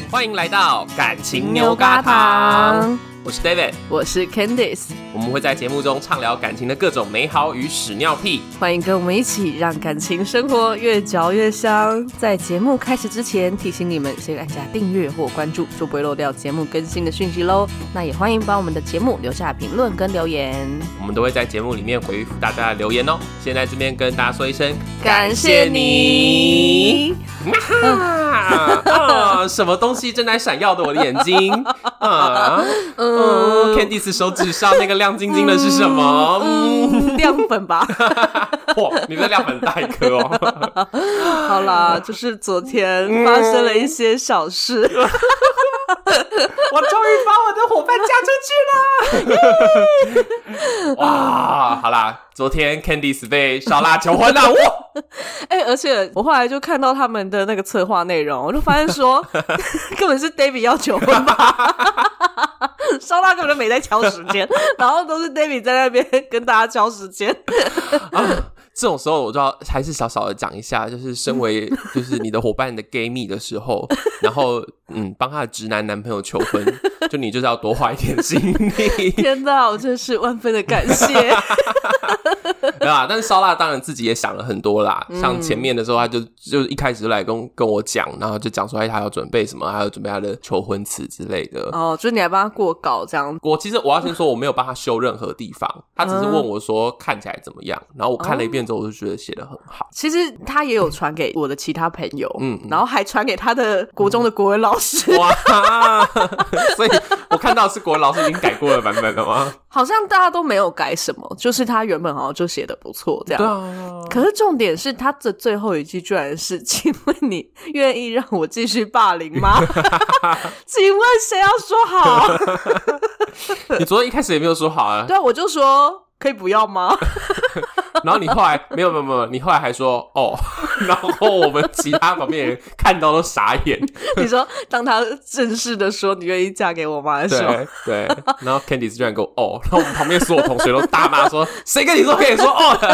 欢迎来到感情牛轧糖，我是 David， 我是 Candice， 我们会在节目中畅聊感情的各种美好与屎尿屁， 欢迎跟我们一起让感情生活越嚼越香。在节目开始之前，提醒你们先按下订阅或关注，就不会漏掉节目更新的讯息咯。那也欢迎帮我们的节目留下评论跟留言， 我们都会在节目里面回复大家的留言哦。先在这边跟大家说一声感谢你。 什么东西正在闪耀的我的眼睛？Candice 手指上那个亮晶晶的是什么？ 亮粉吧。 哇，你的亮粉大一颗哦。 好啦，就是昨天发生了一些小事。 我终于把我的伙伴嫁出去了。哇，好啦，昨天 Candice 被烧腊求婚了。 而且我后来就看到他们的那个策划内容，我就发现说根本是 David 要求婚吧。烧腊根本就没在挑时间，然后都是 David 在那边跟大家挑时间。 这种时候我就要还是少少的讲一下，就是身为就是你的伙伴的 gay 蜜的时候，然后帮他的直男男朋友求婚，就你就是要多花一点心力。 天哪，我真是万分的感谢。 对吧？但是烧腊当然自己也想了很多啦，像前面的时候他就一开始就来跟我讲，然后就讲说他要准备什么，还要准备他的求婚词之类的。哦， 就是你还帮他过稿这样。 其实我要先说我没有帮他修任何地方，他只是问我说看起来怎么样，然后我看了一遍之后我就觉得写得很好。 其实他也有传给我的其他朋友，然后还传给他的国中的国文老师。 哇，所以我看到是国文老师已经改过的版本了吗？ 好像大家都没有改什么，就是他原本好像就写得不错这样。 对啊。 可是重点是他的最后一句居然是请问你愿意让我继续霸凌吗？请问谁要说好？ 你昨天一开始也没有说好啊。 对啊，我就说可以不要吗？ 然后你后来没有，你后来还说哦，然后我们其他旁边人看到都傻眼。 你说当他正式的说你愿意嫁给我吗的时候， 对，然后 Candice 居然跟我哦，然后我们旁边所有同学都大骂说谁跟你说可以说哦的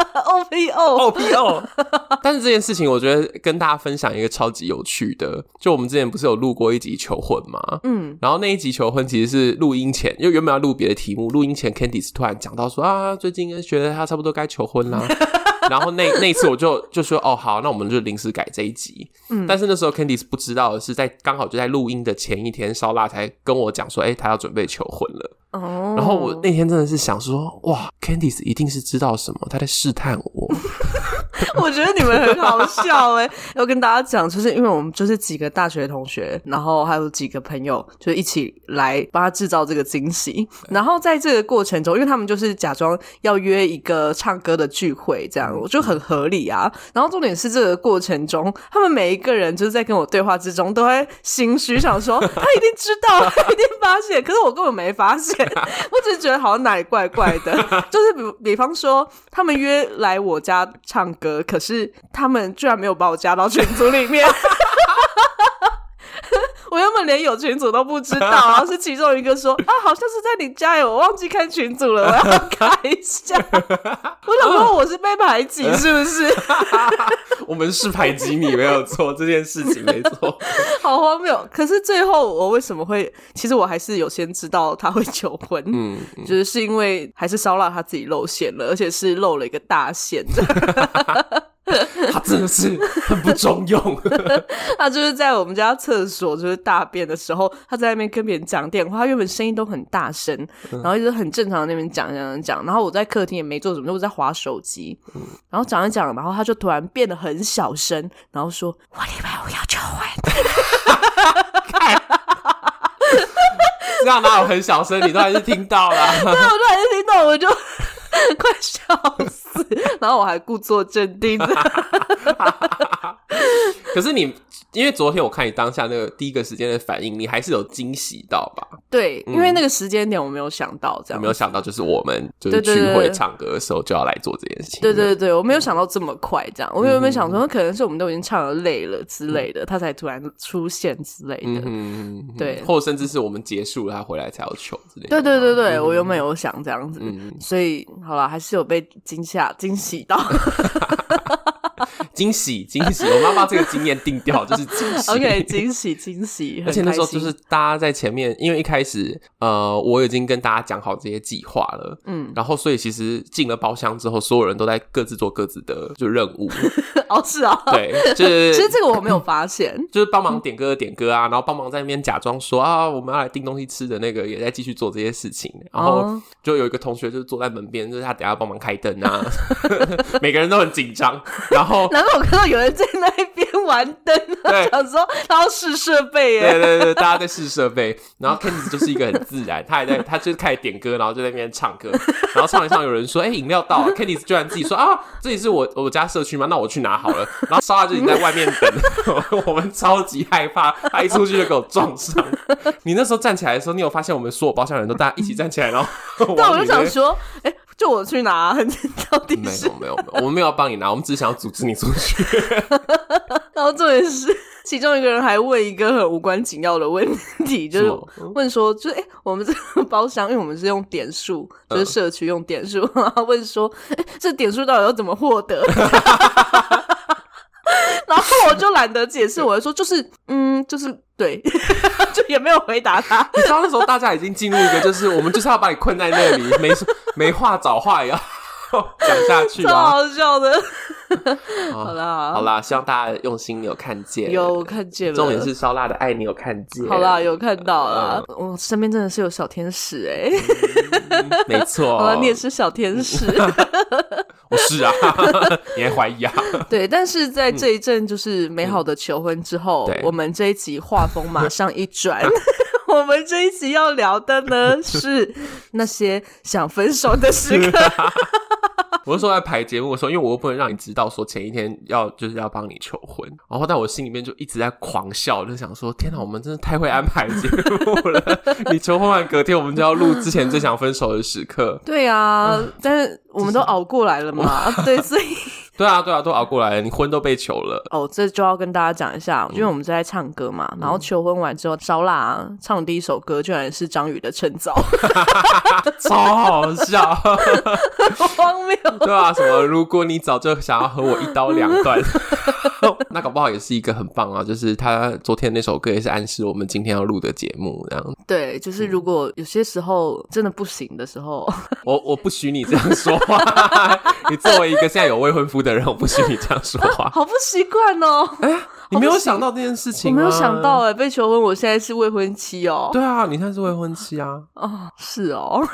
OPO。但是这件事情我觉得跟大家分享一个超级有趣的，就我们之前不是有录过一集求婚吗？然后那一集求婚其实是录音前，因为原本要录别的题目，录音前 Candice 突然讲到说啊，最近觉得他差不多该求婚啦。然后那一次我就说哦好，那我们就临时改这一集。但是那时候 Candice 不知道的是刚好就在录音的前一天，烧腊才跟我讲说他要准备求婚了。然后我那天真的是想说哇 Candice 一定是知道什么，他在试探我。 我觉得你们很好笑要跟大家讲，就是因为我们就是几个大学同学，然后还有几个朋友就一起来帮他制造这个惊喜。然后在这个过程中，因为他们就是假装要约一个唱歌的聚会这样，我就很合理啊。然后重点是这个过程中，他们每一个人就是在跟我对话之中都会心虚想说他一定知道，他一定发现，可是我根本没发现。我只是觉得好像哪里怪怪的。就是比方说他们约来我家唱歌，可是他们居然没有把我加到群组里面。我原本连有群组都不知道，然后是其中一个说啊，好像是在你家耶，我忘记开群组了，我要开一下。我想说我是被排挤是不是？ 我们是排挤你没有错，这件事情没错。 好荒谬。可是最后我为什么会，其实我还是有先知道他会求婚，就是因为还是烧腊他自己露馅了，而且是露了一个大馅。 他真的是很不中用。 他就是在我们家厕所就是大便的时候，他在那边跟别人讲电话，他原本声音都很大声，然后一直很正常的那边讲，然后我在客厅也没做什么，就在滑手机，然后讲一讲，然后他就突然变得很小声，然后说我礼拜五要求婚。 这样哪有很小声，你都还是听到了。 对，我都还是听到，我就快笑死，然后我还故作镇定。 可是你因为昨天我看你当下那个第一个时间的反应，你还是有惊喜到吧？ 对，因为那个时间点我没有想到这样， 我没有想到就是我们就是聚会唱歌的时候就要来做这件事情。 对，我没有想到这么快这样，我原本想说可能是我们都已经唱得累了之类的，他才突然出现之类的。对， 或者甚至是我们结束了他回来才要求之类的。 对，我原本有想这样子，所以好啦，还是有被惊喜到。 惊喜惊喜，我们要把这个经验定掉，就是惊喜。 OK， 惊喜惊喜， 而且那时候就是大家在前面，因为一开始我已经跟大家讲好这些计划了，然后所以其实进了包厢之后，所有人都在各自做各自的就任务。 哦，是啊， 对，就是其实这个我没有发现， 就是帮忙点歌啊，然后帮忙在那边假装说啊我们要来订东西吃的那个也在继续做这些事情，然后就有一个同学就是坐在门边，就是他等一下帮忙开灯啊，每个人都很紧张，然后我看到有人在那边玩灯啊，想说他要试设备耶， 对，大家在试设备，然后 Candice 就是一个很自然，他就开始点歌，然后就在那边唱歌，然后唱一唱有人说饮料到了，Candice 居然自己说啊这里是我家社区吗？那我去拿好了，然后莎拉就已经在外面等，我们超级害怕，他一出去就给我撞上。你那时候站起来的时候，你有发现我们所有包厢人都大家一起站起来，然后但我就想说就我去拿，到底是没有，我们没有帮你拿，我们只是想要阻止你出去。 然后重点是其中一个人还问一个很无关紧要的问题，就是问说就是我们这个包厢因为我们是用点数，就是社区用点数，然后问说这点数到底要怎么获得。然后我就懒得解释，我就说就是对，就也没有回答他。 你知道那时候大家已经进入一个就是我们就是要把你困在那里，没话找话也要讲下去啊， 超好笑的。好啦， 希望大家用心有看见， 有看见了。 重点是烧腊的爱你有看见。 好啦，有看到啦。我身边真的是有小天使没错。 好啦，你也是小天使。 我是啊，你还怀疑啊？ 对，但是在这一阵就是美好的求婚之后，我们这一集画风马上一转。我们这一集要聊的呢是那些想分手的时刻。 我是说在排节目的时候，因为我又不能让你知道说前一天就是要帮你求婚，然后但我心里面就一直在狂笑，就想说天哪，我们真的太会安排节目了。你求婚完隔天我们就要录之前最想分手的时刻。 对啊，但是我们都熬过来了嘛。对，所以对啊，都熬过来了，你婚都被求了。 这就要跟大家讲一下，因为我们在唱歌嘛，然后求婚完之后，烧腊唱的第一首歌居然是张宇的《趁早》。 超好笑。 荒谬。 对啊，什么如果你早就想要和我一刀两断。那搞不好也是一个很棒啊，就是他昨天那首歌也是暗示我们今天要录的节目这样。 对，就是如果有些时候真的不行的时候， 我不许你这样说话。你作为一个现在有未婚夫的人，我不许你这样说话。 好不习惯哦。 你没有想到这件事情吗？ 我没有想到被求婚，我现在是未婚妻哦。 对啊，你看是未婚妻啊。 是哦。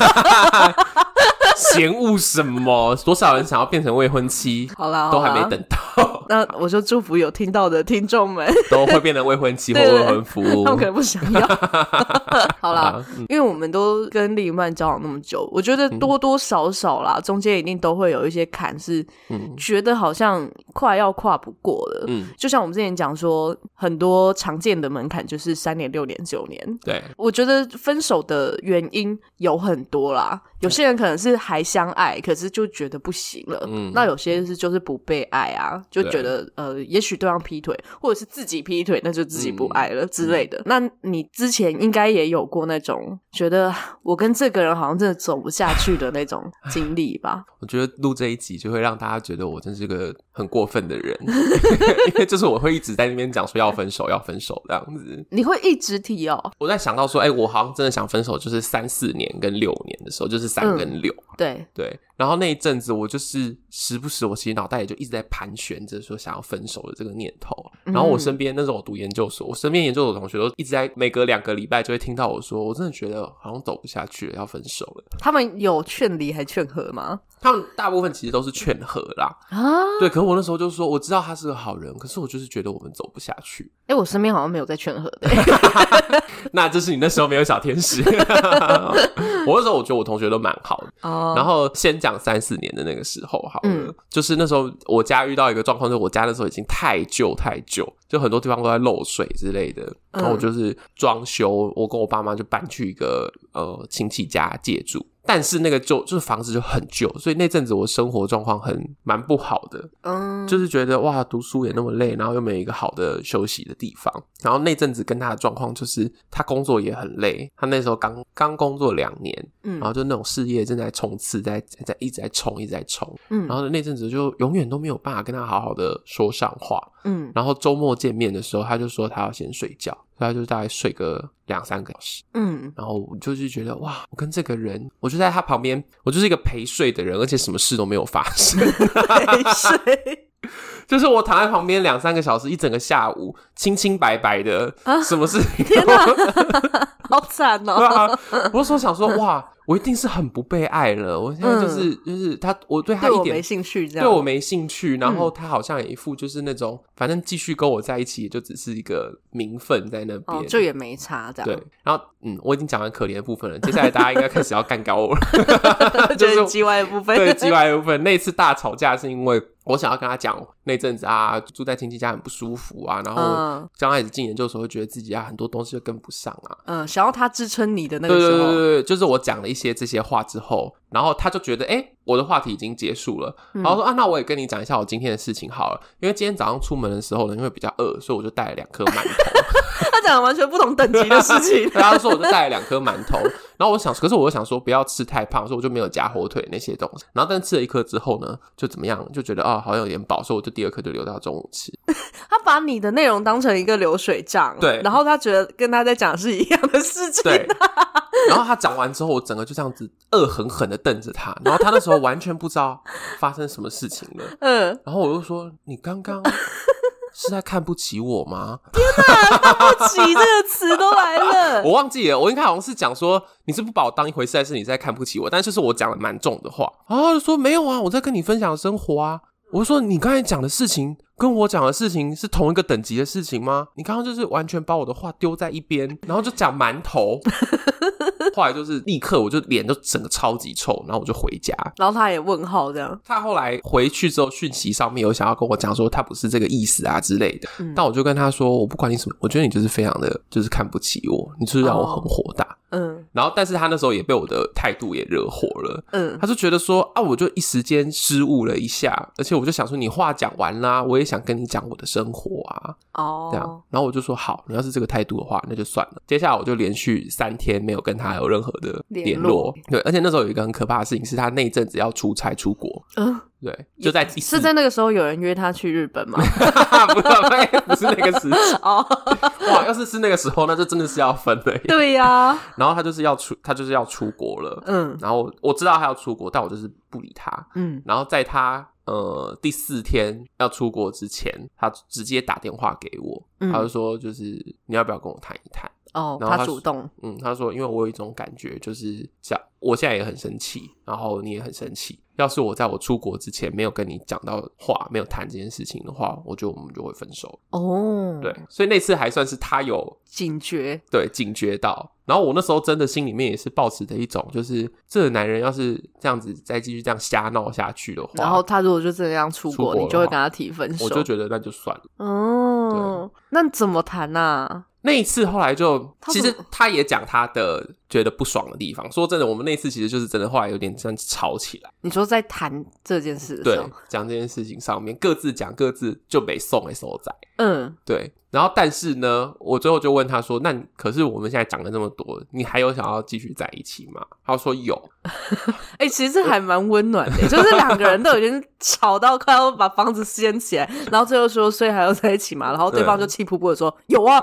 嫌恶什么？多少人想要变成未婚妻？ 好啦， 都还没等到。 那我就祝福有听到的听众们都会变成未婚妻或未婚夫。 他们可能不想要。好啦，因为我们都跟另一半交往那么久，我觉得多多少少啦，中间一定都会有一些坎是觉得好像快要跨不过了。就像我们之前讲说，很多常见的门槛就是3年、6年、9年。 对， 我觉得分手的原因有很多啦。有些人可能是还相爱，可是就觉得不行了。那有些是就是不被爱啊，就觉得也许对方劈腿，或者是自己劈腿，那就自己不爱了之类的。那你之前应该也有过那种觉得我跟这个人好像真的走不下去的那种经历吧？ 我觉得录这一集就会让大家觉得我真是个很过分的人。因为就是我会一直在那边讲说要分手这样子。 你会一直提哦？ 我在想到说我好像真的想分手就是3、4年跟6年的时候，就是3跟6。对，然后那一阵子我就是时不时我其实脑袋也就一直在盘旋着说想要分手的这个念头。然后我身边那时候我读研究所，我身边研究所的同学都一直在每隔2个礼拜就会听到我说我真的觉得好像走不下去了，要分手了。 他们有劝离还劝和吗？ 他们大部分其实都是劝和啦。对，可是我那时候就说我知道他是个好人，可是我就是觉得我们走不下去。 我身边好像没有在劝和的。 那就是你那时候没有小天使。我那时候我觉得我同学都蛮好的。然后先讲3、4年的那个时候好了。就是那时候我家遇到一个状况，就是我家那时候已经太旧，就很多地方都在漏水之类的。然后我就是装修，我跟我爸妈就搬去一个亲戚家借住。 但是那个就是房子就很旧，所以那阵子我生活状况蛮不好的，就是觉得哇读书也那么累，然后又没有一个好的休息的地方。然后那阵子跟他的状况就是他工作也很累，他那时候刚工作2年，然后就那种事业正在冲刺，一直在冲，然后那阵子就永远都没有办法跟他好好的说上话，然后周末见面的时候他就说他要先睡觉，所以他就大概睡个2-3个小时，然后我就是觉得哇，我跟这个人，我就在他旁边，我就是一个陪睡的人，而且什么事都没有发生。 陪睡就是我躺在旁边2-3个小时，一整个下午清清白白的，什么事情天哪好惨哦。 对啊，我那时候想说哇，我一定是很不被爱了，我现在就是他，我对他一点对我没兴趣，这样对我没兴趣，然后他好像也一副就是那种反正继续跟我在一起也就只是一个名分在那边， 就也没差这样。 对，然后我已经讲完可怜的部分了，接下来大家应该开始要干掉我了。 就是叽歪的部分。 对，叽歪的部分。那一次大吵架是因为我想要跟他讲那阵子啊住在亲戚家很不舒服啊，然后刚开始进研究所会觉得自己很多东西就跟不上啊， 想要他支撑你的那个时候。 对，就是我讲了一些这些话之后，然后他就觉得我的话题已经结束了，然后说那我也跟你讲一下我今天的事情好了，因为今天早上出门的时候呢，因为比较饿，所以我就带了2颗馒头。 他讲了完全不同等级的事情。 然后他说我就带了2颗馒头，然后可是我又想说不要吃太胖，所以我就没有加火腿那些东西。然后但吃了1颗之后呢，就怎么样，就觉得好像有点饱，所以我就第2颗就留到中午吃。 他把你的内容当成一个流水账， 对， 然后他觉得跟他在讲是一样的事情。 对，然后他讲完之后，我整个就这样子恶狠狠的瞪着他，然后他那时候完全不知道发生什么事情了。然后我就说你刚刚是在看不起我吗？ 天哪，看不起这个词都来了。 我忘记了，我应该好像是讲说你是不把我当一回事，还是你在看不起我？但就是我讲了蛮重的话，然后他就说没有啊，我在跟你分享生活啊。我就说你刚才讲的事情跟我讲的事情是同一个等级的事情吗？你刚刚就是完全把我的话丢在一边，然后就讲馒头。后来就是立刻我就脸就整个超级臭，然后我就回家， 然后他也问号这样。 他后来回去之后讯息上面有想要跟我讲说他不是这个意思啊之类的，但我就跟他说我不管你什么，我觉得你就是非常的就是看不起我，你就是让我很火大。然后但是他那时候也被我的态度也惹火了，他就觉得说我就一时间失误了一下，而且我就想说你话讲完啦，我也想跟你讲我的生活啊，这样，然后我就说好，你要是这个态度的话那就算了。接下来我就连续3天没有跟他有任何的联络，对，而且那时候有一个很可怕的事情是他那一阵子要出差出国，对，就在是在那个时候有人约他去日本吗？ 不是那个时期哇，要是那个时候那就真的是要分了耶。 对呀， 然后他就是要出国了，然后我知道他要出国，但我就是不理他，然后在他第4天要出国之前，他直接打电话给我，他就说就是你要不要跟我谈一谈。然后他主动， 他说因为我有一种感觉，就是我现在也很生气，然后你也很生气，要是我在我出国之前没有跟你讲到话，没有谈这件事情的话，我觉得我们就会分手。对，所以那次还算是他有警觉， 对，警觉到。然后我那时候真的心里面也是抱持的一种，就是这个男人要是这样子再继续这样瞎闹下去的话， 然后他如果就这样出国你就会跟他提分手， 我就觉得那就算了。 那怎么谈啊？ 那一次后来就其实他也讲他的觉得不爽的地方，说真的我们那一次其实就是真的后来有点这样吵起来。 你说在谈这件事的时候， 对，讲这件事情上面各自讲各自就没送的所在。对，然后但是呢我最后就问他说那可是我们现在讲了那么多，你还有想要继续在一起吗？他说有。 其实还蛮温暖的，就是2个人都已经吵到快要把房子掀起来，然后最后说所以还要在一起嘛，然后对方就气噗噗的说有啊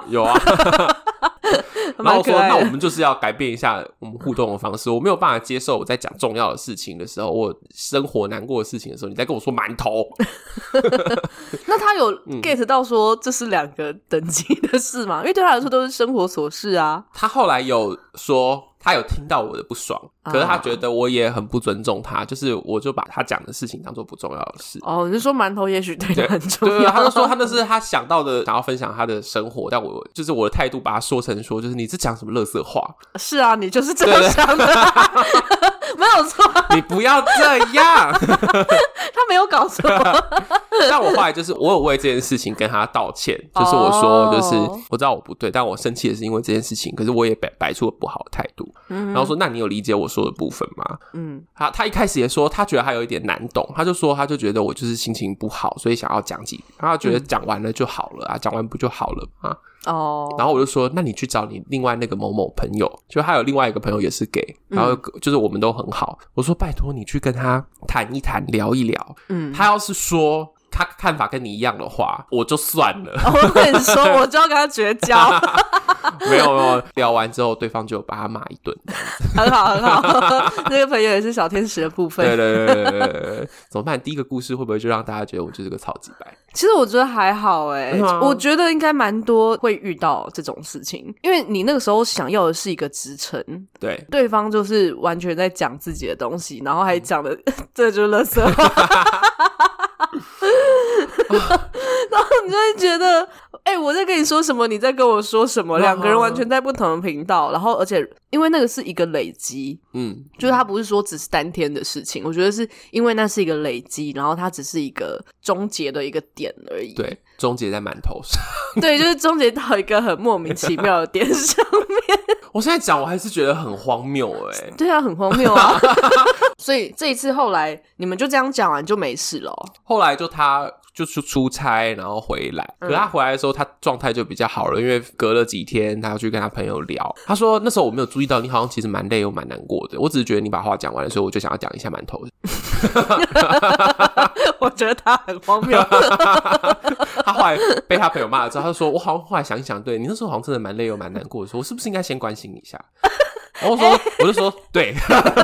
然后我说那我们就是要改变一下我们互动的方式，我没有办法接受我在讲重要的事情的时候，我生活难过的事情的时候你在跟我说馒头。 那他有 get 到说这是2个等级的事吗？因为对他来说都是生活琐事啊。 他后来有说他有听到我的不爽，可是他觉得我也很不尊重他，就是我就把他讲的事情当作不重要的事。 你是说馒头也许对他很重要？ 对，他就说他那是他想到的，想要分享他的生活，但我就是我的态度把他说成说就是你是讲什么垃圾话。 是啊，你就是这样想的。 没有错， 你不要这样。 他没有搞错。 但我后来就是我有为这件事情跟他道歉，就是我说就是我知道我不对，但我生气也是因为这件事情，可是我也摆出了不好的态度。然后说那你有理解我说的部分吗？他一开始也说他觉得他有一点难懂，他就觉得我就是心情不好，所以想要讲几，他觉得讲完了就好了啊，讲完不就好了吗？然后我就说那你去找你另外那个某某朋友，就他有另外一个朋友也是 gay， 然后就是我们都很好，我说拜托你去跟他谈一谈聊一聊，他要是说他看法跟你一样的话我就算了。 我跟你说我就要跟他绝交。 没有聊完之后对方就把他骂一顿。 很好那个朋友也是小天使的部分。 对，怎么办？第一个故事会不会就让大家觉得我就是个超级白？ 其实我觉得还好我觉得应该蛮多会遇到这种事情，因为你那个时候想要的是一个支撑，对方就是完全在讲自己的东西，然后还讲的这就是垃圾话。然后你就会觉得我在跟你说什么你在跟我说什么，两个人完全在不同的频道，然后而且因为那个是一个累积，就是它不是说只是单天的事情，我觉得是因为那是一个累积，然后它只是一个终结的一个点而已。 对，终结在馒头上。 对，就是终结到一个很莫名其妙的点上面。 我现在讲我还是觉得很荒谬对啊，很荒谬啊。所以这一次后来你们就这样讲完就没事了后来就他就出差然后回来，可是他回来的时候他状态就比较好了，因为隔了几天他要去跟他朋友聊，他说那时候我没有注意到你好像其实蛮累又蛮难过的，我只是觉得你把话讲完了，所以我就想要讲一下馒头。 我觉得他很荒谬。 他后来被他朋友骂了之后他就说我好像后来想一想，对你那时候好像真的蛮累又蛮难过的，说我是不是应该先关心你一下。然后我就说对。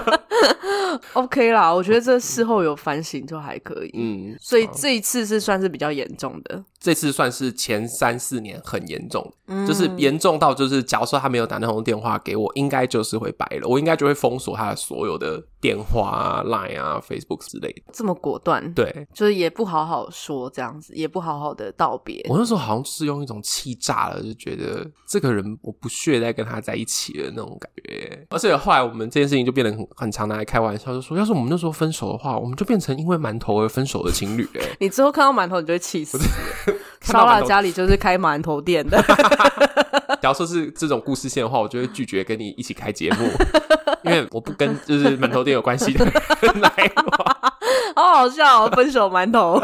OK 啦，我觉得这事后有反省就还可以。所以这一次是算是比较严重的， 这次算是前3-4年很严重的，就是严重到就是假如说他没有打那通电话给我，应该就是会白了，我应该就会封锁他的所有的电话啊 Line 啊 Facebook 之类的。 这么果断？ 对， 就是也不好好说这样子，也不好好的道别。 我那时候好像就是用一种气炸了，就觉得这个人我不屑再跟他在一起了那种感觉。而且后来我们这件事情就变得很常拿来开玩笑，就说要是我们那时候分手的话，我们就变成因为馒头而分手的情侣。 你之后看到馒头你就会气死。烧腊家里就是开馒头店的。 假如说是这种故事线的话，我就会拒绝跟你一起开节目。因为我不跟就是馒头店有关系的人来话。 好好笑哦，分手馒头。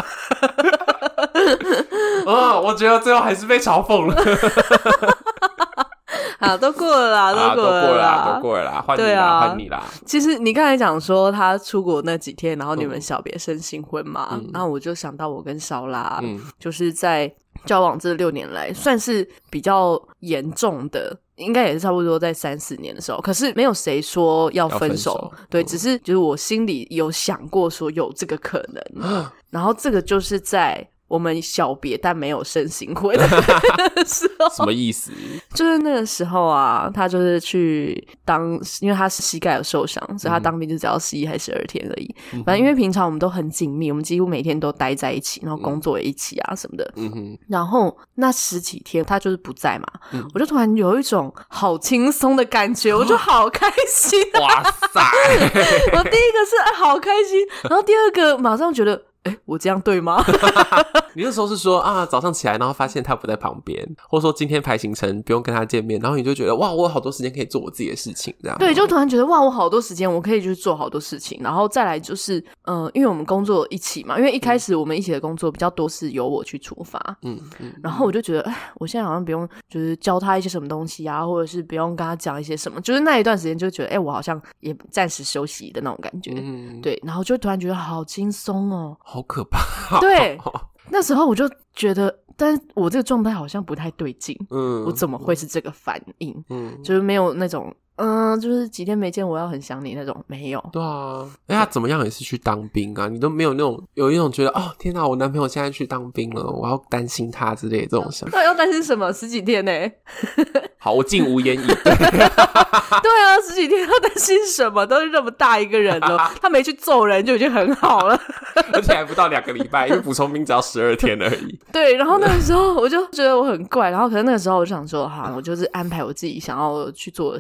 我觉得最后还是被嘲讽了。 啊，都过了啦，都过了啦，换你啦，换你啦。 其实你刚才讲说他出国那几天，然后你们小别胜新婚嘛，然后我就想到我跟烧腊，就是在交往这6年来算是比较严重的，应该也是差不多在3-4年的时候，可是没有谁说要分手，对，只是就是我心里有想过说有这个可能。然后这个就是在我们小别但没有胜新婚的时候。 什么意思？ 就是那个时候啊，他就是去当，因为他膝盖有受伤，所以他当兵就只要11还12天而已。反正因为平常我们都很紧密，我们几乎每天都待在一起，然后工作也一起啊什么的。然后那10几天他就是不在嘛，我就突然有一种好轻松的感觉，我就好开心。 哇塞！ 我第一个是好开心，然后第二个马上觉得我这样对吗？ 你那时候是说啊，早上起来然后发现他不在旁边，或者说今天排行程不用跟他见面，然后你就觉得哇，我有好多时间可以做我自己的事情，这样。 对，就突然觉得哇，我好多时间我可以去做好多事情。然后再来就是因为我们工作一起嘛，因为一开始我们一起的工作比较多是由我去出发，然后我就觉得我现在好像不用就是教他一些什么东西啊，或者是不用跟他讲一些什么，就是那一段时间就觉得我好像也暂时休息的那种感觉。对，然后就突然觉得好轻松哦， 好可怕。 对，那时候我就觉得但是我这个状态好像不太对劲，我怎么会是这个反应？就是没有那种就是几天没见我要很想你那种，没有。 对啊，他怎么样也是去当兵啊，你都没有那种有一种觉得天哪，我男朋友现在去当兵了，我要担心他之类的这种想法。 要担心什么？10几天好，我竟无言以对。 对啊，10几天要担心什么？都是这么大一个人了，他没去揍人就已经很好了。 而且还不到2个礼拜，因为补充兵只要12天而已。 对，然后那个时候我就觉得我很怪，然后可是那个时候我就想说，我就是安排我自己想要去做的事情，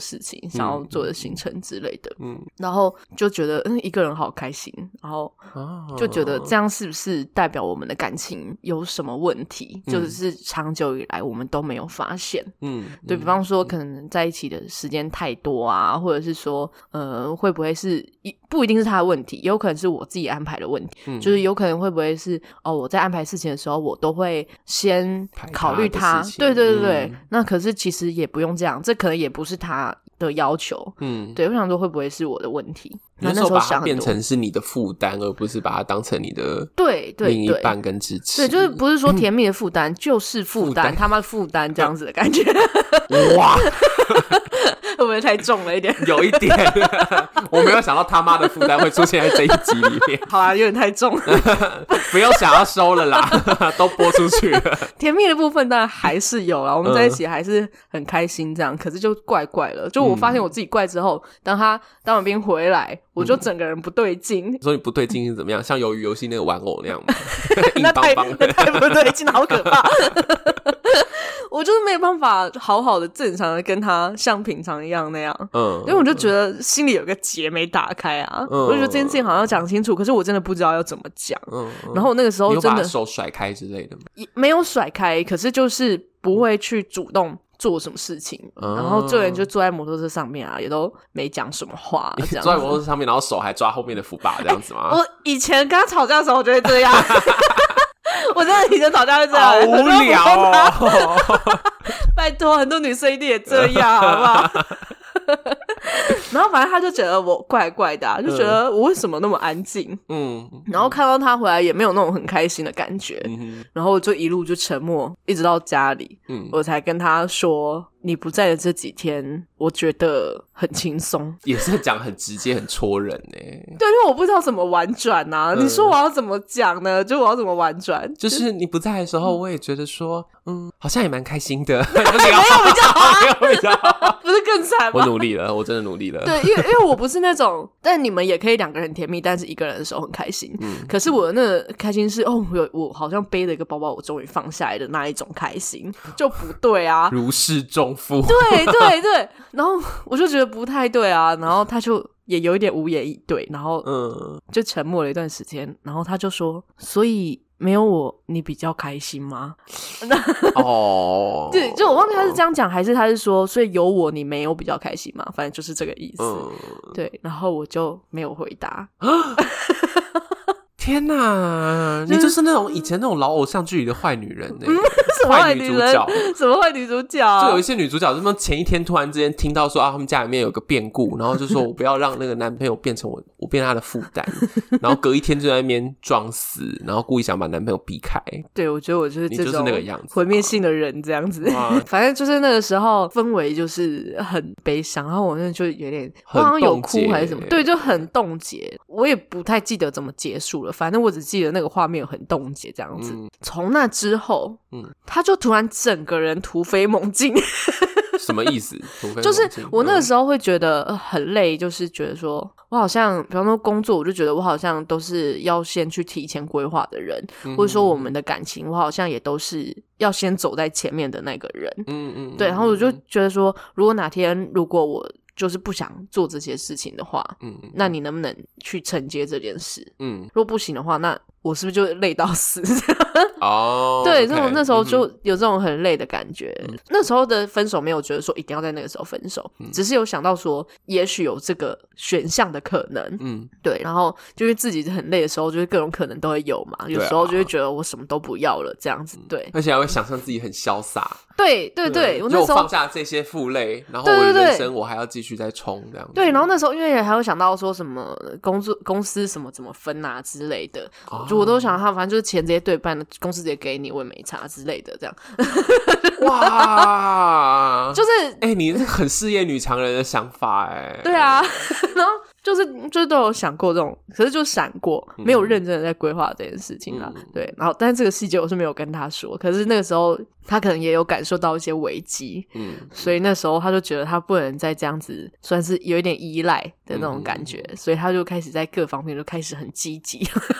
情，想要做的行程之类的。然后就觉得一个人好开心，然后就觉得这样是不是代表我们的感情有什么问题？就是长久以来我们都没有发现。对，比方说可能在一起的时间太多啊，或者是说会不会是不一定是他的问题，也有可能是我自己安排的问题。就是有可能会不会是我在安排事情的时候我都会先考虑他。对对对对，那可是其实也不用这样，这可能也不是他的要求。对，我想说会不会是我的问题？ 那时候把它变成是你的负担，而不是把它当成你的另一半跟支持。 对，就是不是说甜蜜的负担，就是负担，他妈负担这样子的感觉。 哇， 会不会太重了一点？ 有一点，我没有想到他妈的负担会出现在这一集里面。 好啦，有点太重了， 不用想要收了啦，都播出去了。 甜蜜的部分当然还是有啦，我们在一起还是很开心这样，可是就怪怪了。就我发现我自己怪之后，当他当完兵回来，我就整个人不对劲。 你说你不对劲是怎么样？像鱿鱼游戏那个玩偶那样吗？ 那太不对劲了，好可怕。我就是没有办法好好的正常的跟他像平常一样那样。因为我就觉得心里有个结没打开啊。我就觉得这件事情好像要讲清楚，可是我真的不知道要怎么讲。然后我那个时候真的你有把手甩开之类的吗？ 没有甩开，可是就是不会去主动做什么事情。然后这个人就坐在摩托车上面啊，也都没讲什么话。这样坐在摩托车上面，然后手还抓后面的扶把这样子吗？ 我以前跟他吵架的时候，我就会这样。我真的以前吵架会这样， 好无聊哦。 拜托，很多女生一定也这样，好不好？然后反正他就觉得我怪怪的就觉得我为什么那么安静。然后看到他回来也没有那种很开心的感觉。然后我就一路就沉默，一直到家里。我才跟他说，你不在的这几天我觉得很轻松。 也是讲很直接很戳人耶。 对，因为我不知道怎么婉转啊。你说我要怎么讲呢？就我要怎么婉转？ 就是你不在的时候我也觉得说好像也蛮开心的。 没有比较好没有比较好。 不是更惨吗？ 我努力了，我真的努力了。 对，因为我不是那种但你们也可以两个人甜蜜，但是一个人的时候很开心。可是我的那个开心是我好像背了一个包包，我终于放下来的那一种开心，就不对啊。 如释重负。 对对对，然后我就觉得不太对啊，然后他就也有一点无言以对，然后就沉默了一段时间，然后他就说，所以没有我你比较开心吗？对，就我忘记他是这样讲还是他是说，所以有我你没有比较开心吗？反正就是这个意思。对，然后我就没有回答。 天哪，你就是那种以前那种老偶像剧里的坏女人欸。 什么坏女主角？什么坏女主角？ 就有一些女主角，就前一天突然之间听到说他们家里面有个变故，然后就说我不要让那个男朋友变成我变他的负担，然后隔一天就在那边装死，然后故意想把男朋友避开。对， 我觉得我就是这种， 你就是那个样子， 毁灭性的人这样子。反正就是那个时候氛围就是很悲伤，然后我那就有点好像有哭还是什么，对，就很冻结。我也不太记得怎么结束了，反正我只记得那个画面很冻结这样子。从那之后他就突然整个人突飞猛进。 什么意思？ 就是我那个时候会觉得很累，就是觉得说我好像比方说工作，我就觉得我好像都是要先去提前规划的人，或者说我们的感情我好像也都是要先走在前面的那个人。对，然后我就觉得说如果哪天如果我就是不想做这些事情的话，那你能不能去承接这件事？如果不行的话，那我是不是就累到死？对，所以我那时候就有这种很累的感觉。那时候的分手没有觉得说一定要在那个时候分手，只是有想到说也许有这个选项的可能。对，然后就是自己很累的时候，就是各种可能都会有嘛。有时候就会觉得我什么都不要了这样子。对， 而且还会想象自己很潇洒。 对对对，我那时候放下这些负累，然后我的人生我还要继续再冲这样子。 对，然后那时候因为还会想到说什么公司什么怎么分啊之类的，就我都想他反正就是钱直接对半的，公司直接给你，我也没差之类的这样。 哇， 就是你是很事业女强人的想法对啊，然后就是都有想过这种，可是就闪过，没有认真的在规划这件事情啦。对，然后但是这个细节我是没有跟他说，可是那个时候他可能也有感受到一些危机，所以那时候他就觉得他不能再这样子，算是有一点依赖的那种感觉，所以他就开始在各方面就开始很积极。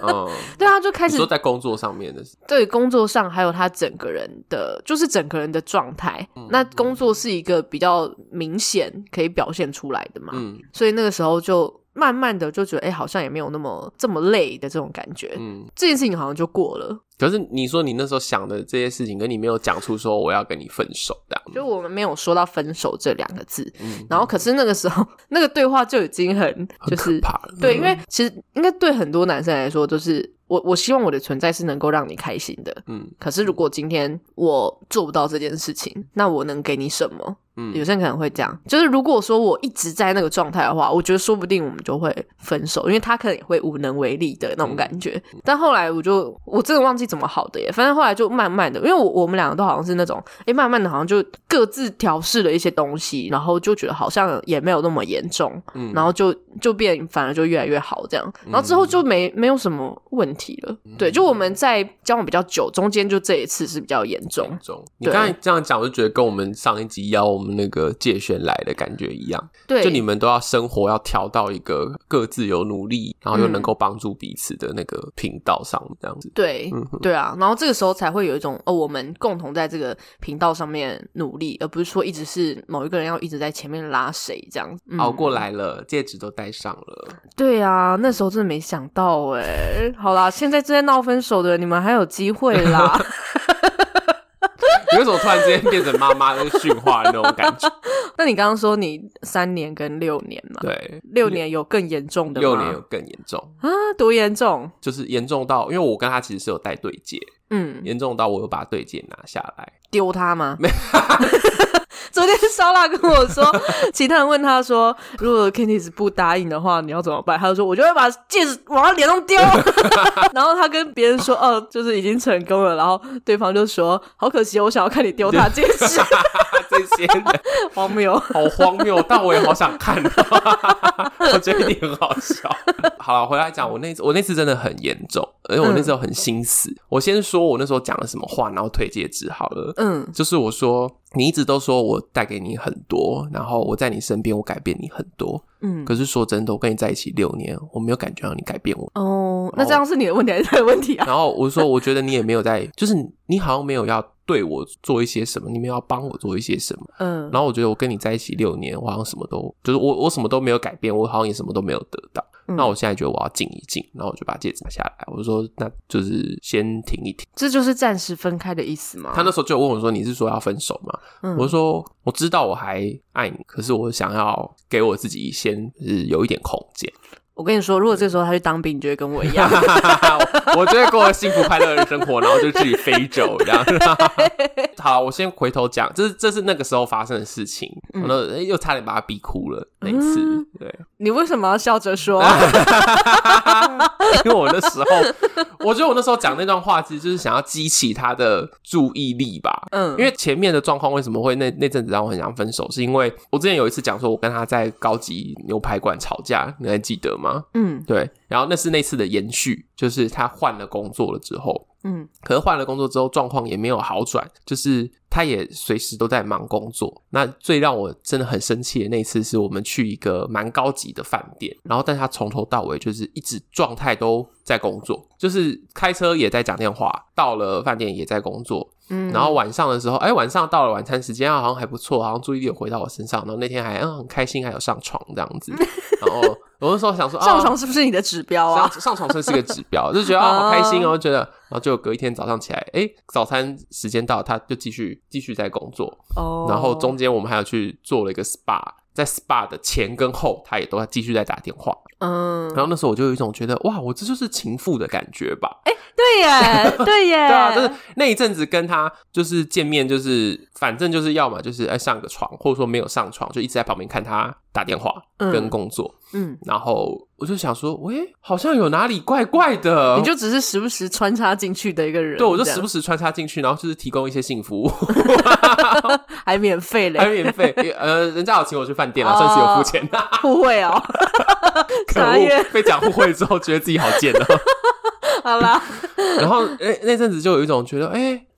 对啊，就开始你说在工作上面的事， 对工作上还有他整个人的，就是整个人的状态。那工作是一个比较明显可以表现出来的嘛，所以那个时候就慢慢的就觉得，好像也没有这么累的这种感觉。这件事情好像就过了。 可是你说你那时候想的这些事情，跟你没有讲出说我要跟你分手这样， 就我们没有说到分手这2个字，然后可是那个时候那个对话就已经很可怕了。 对，因为其实应该对很多男生来说都是我希望我的存在是能够让你开心的，可是如果今天我做不到这件事情，那我能给你什么？有些人可能会这样，就是如果说我一直在那个状态的话，我觉得说不定我们就会分手，因为他可能也会无能为力的那种感觉。但后来我真的忘记怎么好的耶，反正后来就慢慢的，因为我们2个都好像是那种慢慢的好像就各自调试了一些东西，然后就觉得好像也没有那么严重，然后就变反而就越来越好这样，然后之后就没有什么问题了。对，就我们在交往比较久，中间就这一次是比较严重。 你刚才这样讲，我就觉得跟我们上一集邀我们那个介轩来的感觉一样。对，就你们都要生活要调到一个各自有努力，然后又能够帮助彼此的那个频道上，这样子。 对，对啊，然后这个时候才会有一种我们共同在这个频道上面努力，而不是说一直是某一个人要一直在前面拉谁这样。 熬过来了，戒指都戴上了。 对啊，那时候真的没想到好啦，现在正在闹分手的你们还有机会啦。 你为什么突然之间变成妈妈的训话的那种感觉？ 那你刚刚说你3年跟6年嘛？ 对 ，6年有更严重的吗 ？6年有更严重啊？多严重？ 就是严重到，因为我跟他其实是有戴对戒，严重到我有把对戒拿下来丢他吗？没。昨天烧腊跟我说，其他人问他说，如果 Candice 不答应的话，你要怎么办？他就说，我就会把戒指往他脸上丢。然后他跟别人说，就是已经成功了。然后对方就说，好可惜，我想要看你丢他戒指。 这些人荒谬， 好荒谬，但我也好想看。我觉得一定很好笑。好了，回来讲，我那次真的很严重，因为我那时候很心死。我先说我那时候讲了什么话，然后退戒指好了。就是我说，你一直都说我带给你很多，然后我在你身边，我改变你很多。可是说真的，我跟你在一起6年，我没有感觉到你改变我。 那这样是你的问题还是他的问题啊？ 然后我说，我觉得你也没有在，就是你好像没有要对我做一些什么，你没有要帮我做一些什么。然后我觉得我跟你在一起6年，我好像什么都，就是我什么都没有改变，我好像也什么都没有得到。那我现在觉得我要静一静，然后我就把戒指拿下来，我就说那就是先停一停。 这就是暂时分开的意思吗？ 他那时候就有问我说，你是说要分手吗？我就说我知道我还爱你，可是我想要给我自己先就是有一点空间。 我跟你说，如果这时候他去当兵，你就会跟我一样。 我就会过幸福快乐的生活，然后就自己飞走这样。好，我先回头讲，这是那个时候发生的事情，又差点把他逼哭了那一次。对， 你为什么要笑着说？ 因为我那时候，我觉得我那时候讲那段话，其实就是想要激起他的注意力吧。因为前面的状况为什么会那阵子让我很想分手，是因为我之前有一次讲说，我跟他在高级牛排馆吵架，你还记得吗？对。然后那是那次的延续，就是他换了工作了之后，可是换了工作之后状况也没有好转，就是他也随时都在忙工作。那最让我真的很生气的那一次是我们去一个蛮高级的饭店，然后但他从头到尾就是一直状态都在工作，就是开车也在讲电话，到了饭店也在工作。然后晚上的时候，晚上到了晚餐时间，好像还不错，好像注意力有回到我身上，然后那天还很开心，还有上床这样子。然后我那时候想说， 上床是不是你的指标啊？ 上床真是个指标，就觉得好开心哦，觉得，然后就隔一天早上起来，早餐时间到，他就继续在工作。然后中间我们还有去做了一个 SPA， 在 SPA 的前跟后，他也都继续在打电话。然后那时候我就有一种觉得，哇，我这就是情妇的感觉吧。 对耶，对耶。 对啊，就是那一阵子跟他就是见面，就是反正就是要么就是上个床，或者说没有上床，就一直在旁边看他打电话跟工作。然后我就想说，好像有哪里怪怪的。 你就只是时不时穿插进去的一个人。 对，我就时不时穿插进去，然后就是提供一些性服务。 还免费嘞。 还免费。人家有请我去饭店啦，算是有付钱。 互惠哦。 可恶，被讲互惠之后觉得自己好贱哦。 好啦。 然后那阵子就有一种觉得，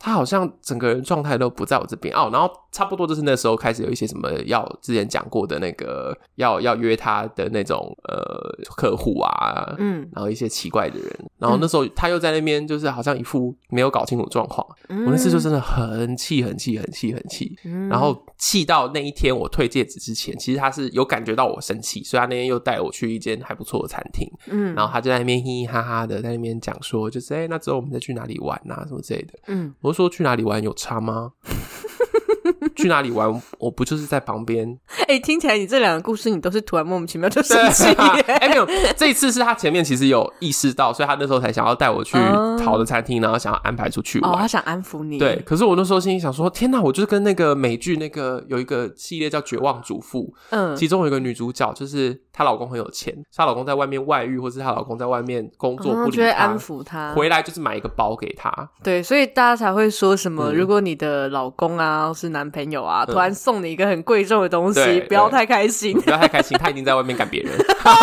他好像整个人状态都不在我这边然后差不多就是那时候开始有一些什么之前讲过的那个要约他的那种客户啊，然后一些奇怪的人，然后那时候他又在那边就是好像一副没有搞清楚状况，我那次就真的很气，然后气到那一天我退戒指之前，其实他是有感觉到我生气，所以他那天又带我去一间还不错的餐厅，然后他就在那边嘻嘻哈哈的在那边讲说就是那之后我们再去哪里玩啊什么之类的，我就说去哪里玩有差吗？去哪里玩我不就是在旁边听起来你这两个故事你都是突然莫名其妙就生气耶没有，这一次是他前面其实有意识到，所以他那时候才想要带我去好的餐厅，然后想要安排出去玩他想安抚你。 对，可是我那时候心里想说天哪，我就是跟那个美剧那个有一个系列叫绝望主妇，其中有一个女主角就是她老公很有钱，她老公在外面外遇或是她老公在外面工作不理她， 就会安抚她， 回来就是买一个包给她。 对，所以大家才会说什么如果你的老公啊或是男朋友啊突然送你一个很贵重的东西，不要太开心， 不要太开心，他已经在外面干别人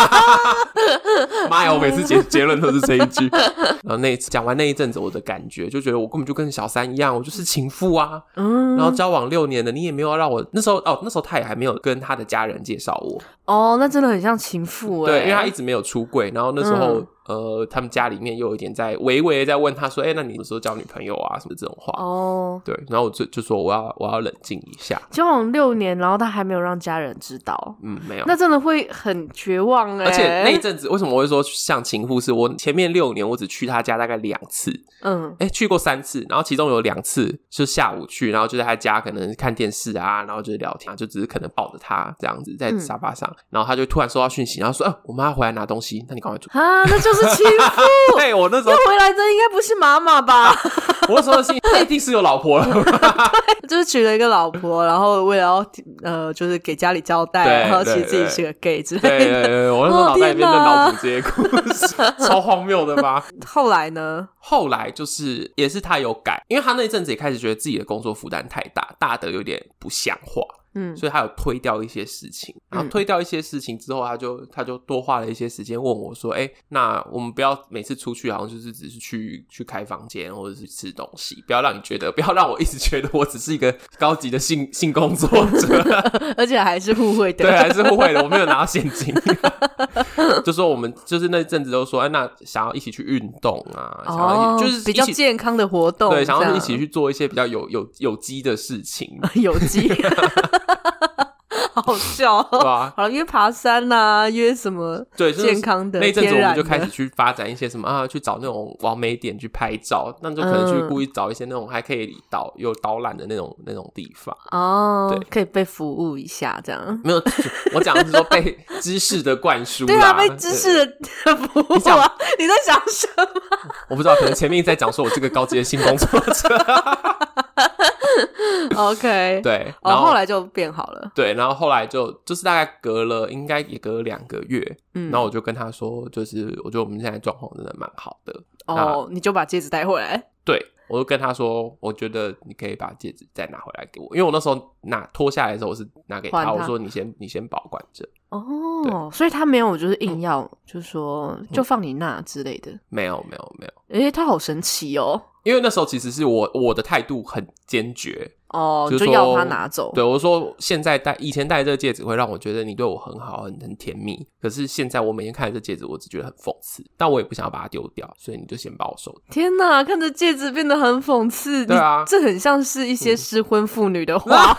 妈呀，我每次结论都是这一句然后那一次讲完那一阵子，我的感觉就觉得我根本就跟小三一样，我就是情妇啊，然后交往6年了，你也没有让我那时候他也还没有跟他的家人介绍我那真的很像情妇对，因为他一直没有出柜，然后那时候他们家里面又有一点在微微的在问他说那你什么时候交女朋友啊什么这种话对，然后我就说我要冷静一下。 交往6年然后他还没有让家人知道没有， 那真的会很绝望而且那一阵子为什么我会说像情妇，是我前面6年我只去他家大概2次去过3次，然后其中有2次就下午去，然后就在他家可能看电视啊，然后就是聊天就只是可能抱着他这样子在沙发上然后他就突然收到讯息，然后说我妈回来拿东西，那你赶快煮那就是情妇对，我那时候要回来的应该不是妈妈吧我那时候的心他一定是有老婆了对，就是娶了一个老婆，然后为了要就是给家里交代，然后其实自己是个 gay 之类的。 对，我那时候脑袋里面在脑补这些故事超荒谬的吧。 后来呢？ 后来就是也是他有改，因为他那一阵子也开始觉得自己的工作负担太大得有点不像话所以他有推掉一些事情，然后推掉一些事情之后他就多花了一些时间问我说那我们不要每次出去好像就是只是去开房间或者是吃东西，不要让我一直觉得我只是一个高级的性工作者而且还是互惠的对，还是互惠的，我没有拿到现金就说我们就是那阵子都说那想要一起去运动啊想要就是比较健康的活动， 对，想要一起去做一些比较有机的事情有机好笑对吧？ 好了，约爬山啊，约什么健康的、 那一阵子我们就开始去发展一些什么去找那种网美点去拍照，那就可能去故意找一些那种还可以有导览的那种地方对，可以被服务一下这样。 没有，我讲的是说被知识的灌输啦对啊，被知识的服务啊。你在讲什么？ 我不知道，可能前面在讲说我是个高级的性工作者 OK 对，然后来就变好了。 对，然后后来就是大概应该也隔了2个月然后我就跟他说就是我觉得我们现在状况真的蛮好的你就把戒指带回来。 对，我就跟他说我觉得你可以把戒指再拿回来给我，因为我那时候脱下来的时候我是拿给他，我说你先保管着所以他没有就是硬要就是说就放你那之类的没有他好神奇因为那时候其实是我的态度很坚决就要他拿走。 对，我说以前戴这个戒指会让我觉得你对我很好很甜蜜，可是现在我每天看着这戒指我只觉得很讽刺，但我也不想要把它丢掉，所以你就先把我收。 天哪，看着戒指变得很讽刺。 对啊， 这很像是一些失婚妇女的话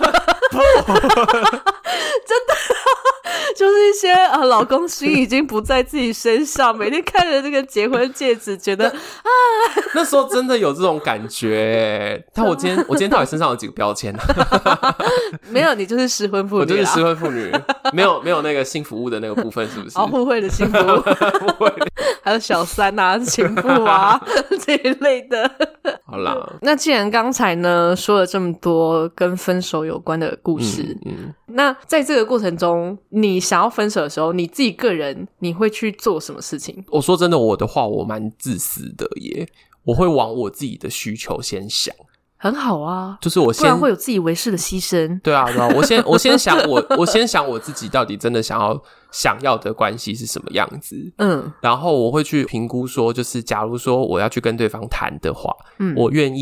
真的就是一些老公心已经不在自己身上，每天看着这个结婚戒指觉得那时候真的有这种感觉但我今天到底身上有几个标签没有，你就是失婚妇女我就是失婚妇女没有那个性服务的那个部分是不是互惠的性服务互惠的还有小三啊情妇啊这一类的。 好啦， 那既然刚才呢说了这么多跟分手有关的故事那在这个过程中你想要分手的时候你自己个人你会去做什么事情？我说真的，我的话我蛮自私的耶，我会往我自己的需求先想。 很好啊， 就是不然会有自以为是的牺牲。 对啊，我先想我自己到底真的想要的关系是什么样子然后我会去评估说就是假如说我要去跟对方谈的话我愿意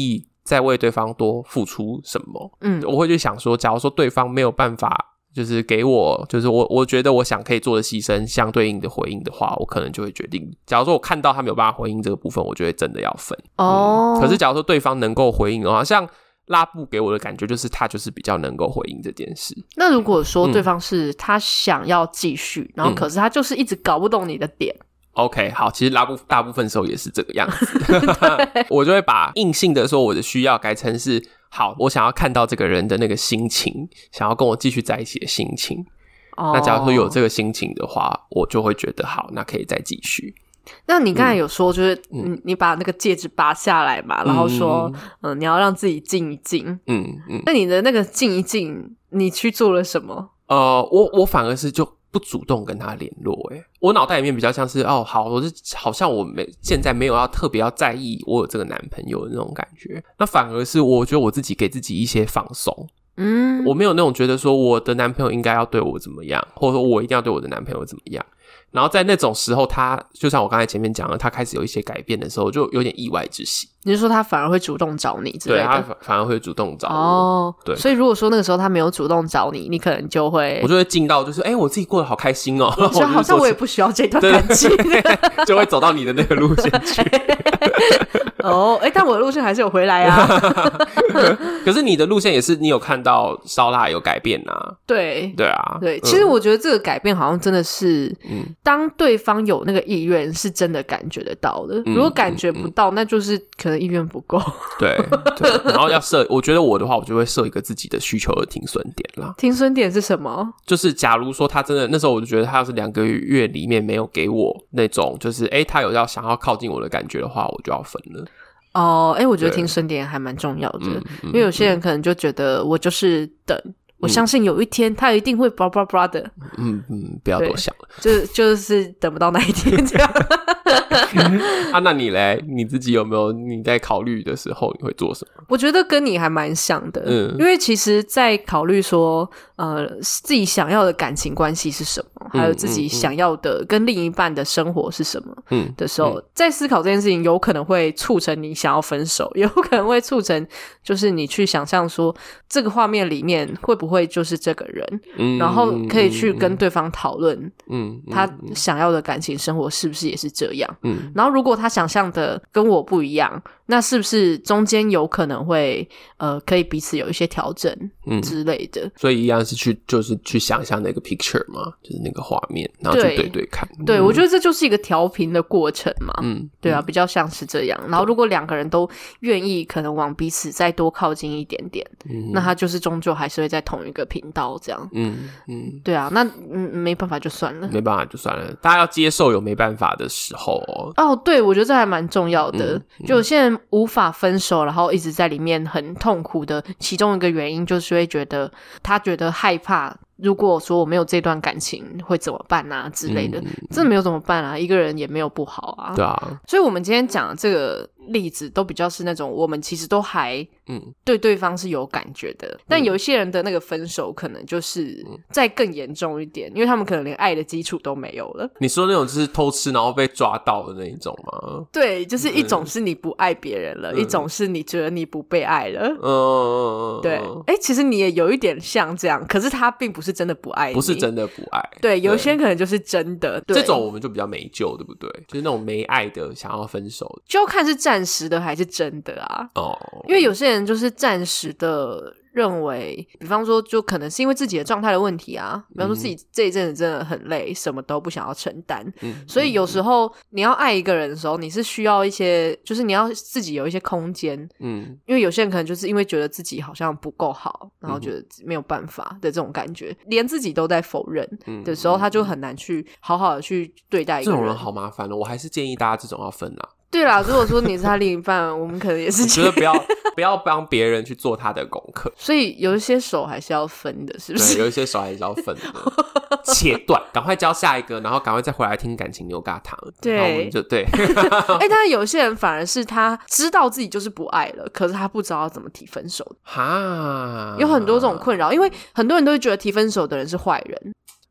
再为对方多付出什么。我会去想说，假如说对方没有办法就是给我，就是我觉得我想可以做的牺牲相对应的回应的话，我可能就会决定，假如说我看到他没有办法回应这个部分，我就会真的要分。可是假如说对方能够回应的话，像拉布给我的感觉就是他就是比较能够回应这件事。 那如果说对方是他想要继续，然后可是他就是一直搞不懂你的点。 OK， 好，其实大部分时候也是这个样子。我就会把硬性的说我的需要改成是，好，我想要看到这个人的那个心情，想要跟我继续在一起的心情。那假如说有这个心情的话，我就会觉得好，那可以再继续。 那你刚才有说就是你把那个戒指拔下来嘛，然后说你要让自己静一静。那你的那个静一静你去做了什么？ 我反而是就不主动跟他联络。我脑袋里面比较像是好，我是好像我现在没有要特别要在意我有这个男朋友的那种感觉。那反而是我觉得我自己给自己一些放松。我没有那种觉得说我的男朋友应该要对我怎么样，或者说我一定要对我的男朋友怎么样。然后在那种时候，他就像我刚才前面讲的，他开始有一些改变的时候，就有点意外之喜。 你是说他反而会主动找你之类的？ 对，他反而会主动找我。对， 所以如果说那个时候他没有主动找你，你可能就会， 我就会进到就是我自己过得好开心哦， 我觉得好像我也不需要这段感情， 就会走到你的那个路线去。 但我的路线还是有回来啊。 可是你的路线也是你有看到烧腊有改变啊。 对啊， 对，其实我觉得这个改变好像真的是当对方有那个意愿是真的感觉得到的。如果感觉不到，那就是可能意愿不够。对， 然后要设，我觉得我的话，我就会设一个自己的需求的停损点啦。 停损点是什么？就是假如说他真的那时候，我就觉得他要是2个月里面没有给我那种就是他有想要靠近我的感觉的话，我就要分了。 我觉得停损点还蛮重要的，因为有些人可能就觉得我就是等。我相信有一天他一定会 blah blah blah 的。 不要多想了， 就是等不到那一天这样。 那你嘞？你自己有没有你在考虑的时候你会做什么？ 我觉得跟你还蛮像的。因为其实在考虑说自己想要的感情关系是什么，还有自己想要的跟另一半的生活是什么的时候，在思考这件事情有可能会促成你想要分手，有可能会促成就是你去想象说这个画面里面会不会就是这个人，然后可以去跟对方讨论他想要的感情生活是不是也是这样。然后如果他想象的跟我不一样，那是不是中间有可能会可以彼此有一些调整之类的。 所以一样是就是去想象那个 picture 嘛，就是那个画面，然后去对看。 对，我觉得这就是一个调频的过程嘛。对啊，比较像是这样。然后如果2个人都愿意可能往彼此再多靠近一点点，那他就是终究还是会在同一个频道这样。对啊，那没办法就算了， 没办法就算了，大家要接受有没办法的时候对，我觉得这还蛮重要的。就有些人无法分手，然后一直在里面很痛苦的其中一个原因就是会觉得害怕，如果说我没有这段感情会怎么办啊之类的。真的没有怎么办啊，一个人也没有不好啊。 对啊， 所以我们今天讲的这个例子都比较是那种我们其实都还对对方是有感觉的，但有一些人的那个分手可能就是再更严重一点，因为他们可能连爱的基础都没有了。 你说那种就是偷吃然后被抓到的那一种吗？ 对，就是一种是你不爱别人了，一种是你觉得你不被爱了。对，其实你也有一点像这样，可是他并不是真的不爱你， 不是真的不爱。 对，有些人可能就是真的。对， 这种我们就比较没救，对不对？就是那种没爱的想要分手， 就要看是暂时的还是真的啊。因为有些人就是暂时的认为，比方说就可能是因为自己的状态的问题啊，比方说自己这一阵子真的很累，什么都不想要承担。所以有时候你要爱一个人的时候，你是需要一些，就是你要自己有一些空间。因为有些人可能就是因为觉得自己好像不够好，然后觉得没有办法的这种感觉，连自己都在否认的时候，他就很难去好好的去对待一个人。 这种人好麻烦哦，我还是建议大家这种要分啦。 对啦，如果说你是他另一半，我们可能也是觉得不要帮别人去做他的功课， 所以有一些手还是要分的，是不是？ 对，有一些手还是要分的，切断，赶快交下一个，然后赶快再回来听感情牛轧糖。对，然后我们就对。 但是有些人反而是他知道自己就是不爱了，可是他不知道要怎么提分手。有很多这种困扰，因为很多人都会觉得提分手的人是坏人。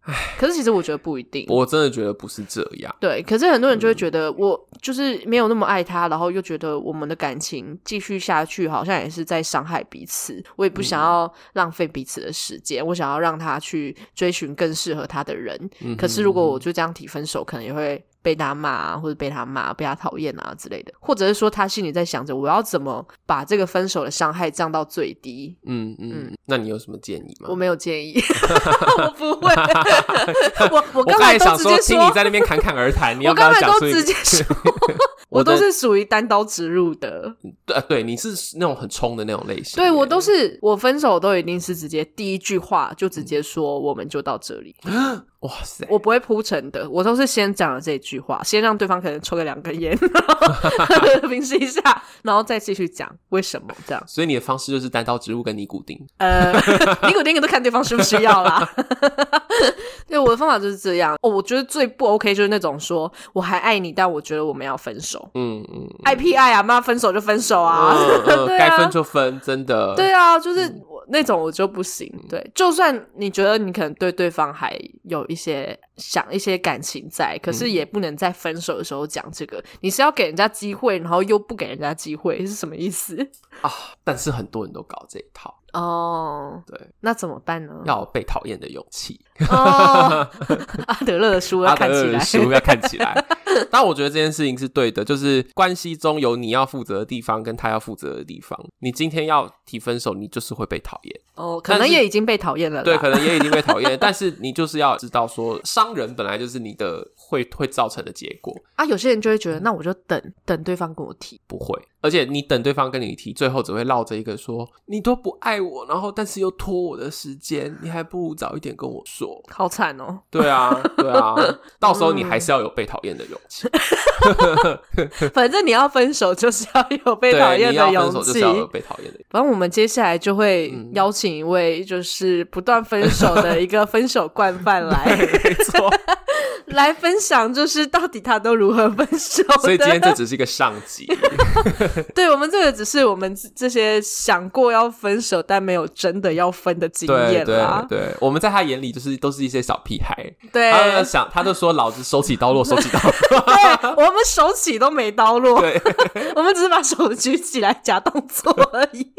可是其实我觉得不一定， 我真的觉得不是这样。 对，可是很多人就会觉得我就是没有那么爱他，然后又觉得我们的感情继续下去好像也是在伤害彼此，我也不想要浪费彼此的时间，我想要让他去追寻更适合他的人。可是如果我就这样提分手，可能也会被他骂啊，或者被他骂，被他讨厌啊之类的，或者是说他心里在想着我要怎么把这个分手的伤害降到最低。 那你有什么建议吗？ 我没有建议我不会我刚才都直接说， 听你在那边侃侃而谈，你要不要讲？ 我刚才都直接说我都是属于单刀直入的。 对，你是那种很冲的那种类型。 对，我都是，我分手都一定是直接第一句话就直接说我们就到这里。 哇塞， 我不会铺陈的，我都是先讲了这句话，先让对方可能抽个2根烟平息一下，然后再继续讲为什么这样。 所以你的方式就是单刀直入跟尼古丁。 尼古丁都看对方需不需要啦。对，我的方法就是这样。我觉得最不 OK 就是那种说我还爱你，但我觉得我们要分手。爱屁爱啊，妈分手就分手啊。 该分就分，真的。 对啊，就是那种我就不行。对，就算你觉得你可能对对方还有一些感情在，可是也不能在分手的时候讲这个。你是要给人家机会，然后又不给人家机会，是什么意思啊？但是很多人都搞这一套。对， 那怎么办呢？ 要有被讨厌的勇气。 阿德勒的书要看起来。 但我觉得这件事情是对的，就是关系中有你要负责的地方跟他要负责的地方。你今天要提分手，你就是会被讨厌。 可能也已经被讨厌了啦。 对，可能也已经被讨厌，但是你就是要知道说，伤人本来就是你的会造成的结果啊。有些人就会觉得，那我就等对方跟我提。 不会，而且你等对方跟你提，最后只会绕着一个说你都不爱我，然后但是又拖我的时间，你还不如早一点跟我说。 好惨哦。 对啊，到时候你还是要有被讨厌的勇气。 反正你要分手就是要有被讨厌的勇气。 你要分手就是要有被讨厌的勇气。 反正我们接下来就会邀请一位就是不断分手的一个分手惯犯来。 没错。 来分享就是到底他都如何分手的。 所以今天这只是一个上集。 对，我们这个只是我们这些想过要分手但没有真的要分的经验啦。 对，我们在他眼里就是都是一些小屁孩。 对， 他就说老子手起刀落手起刀落。 对，我们手起都没刀落。 对， 我们只是把手举起来假动作而已。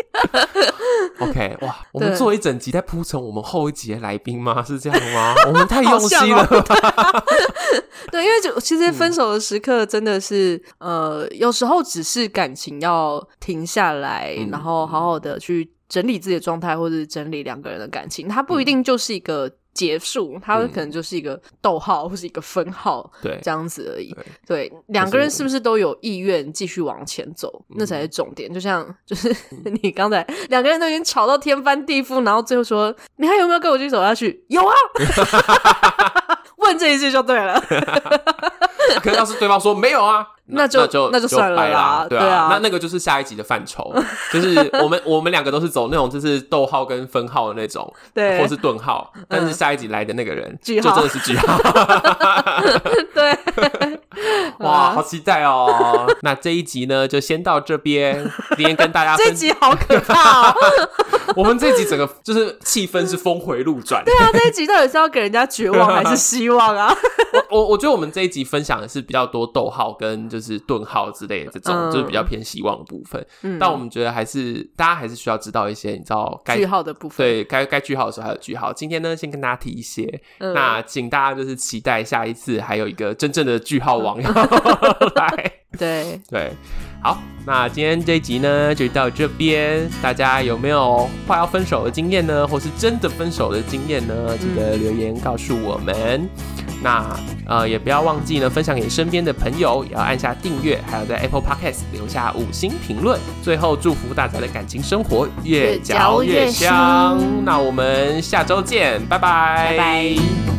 OK， 哇，我们做一整集在铺陈我们后一集的来宾吗？是这样吗？我们太用心了吧。 对，因为其实分手的时刻真的是有时候只是感情要停下来，然后好好的去整理自己的状态，或者是整理两个人的感情，它不一定就是一个结束，它可能就是一个逗号或是一个分号，对，这样子而已。对，两个人是不是都有意愿继续往前走，那才是重点。就像就是你刚才两个人都已经吵到天翻地覆，然后最后说你还有没有跟我继续走下去？有啊。问这一句就对了。 可是要是对方说没有啊，那就算了啦。 对啊，那个就是下一集的范畴，就是我们两个都是走那种就是逗号跟分号的那种，对，或是顿号，但是下一集来的那个人就真的是句号。 对， 哇，好期待哦！那这一集呢，就先到这边。今天跟大家这一集好可怕哦。 我们这一集整个就是气氛是峰回路转。 对啊，这一集到底是要给人家绝望还是希望啊？ 我觉得我们这一集分享的是比较多逗号跟就是顿号之类的这种，就是比较偏希望的部分。但我们觉得大家还是需要知道一些你知道该句号的部分。 对，该句号的时候还有句号。今天呢，先跟大家提一些。那请大家就是期待下一次还有一个真正的句号王要来。 对， 好，那今天这一集呢就到这边。大家有没有快要分手的经验呢？或是真的分手的经验呢？记得留言告诉我们。那也不要忘记呢，分享给身边的朋友，也要按下订阅，还有在 Apple Podcast 留下5星评论。最后祝福大家的感情生活越嚼越香。那我们下周见，拜拜。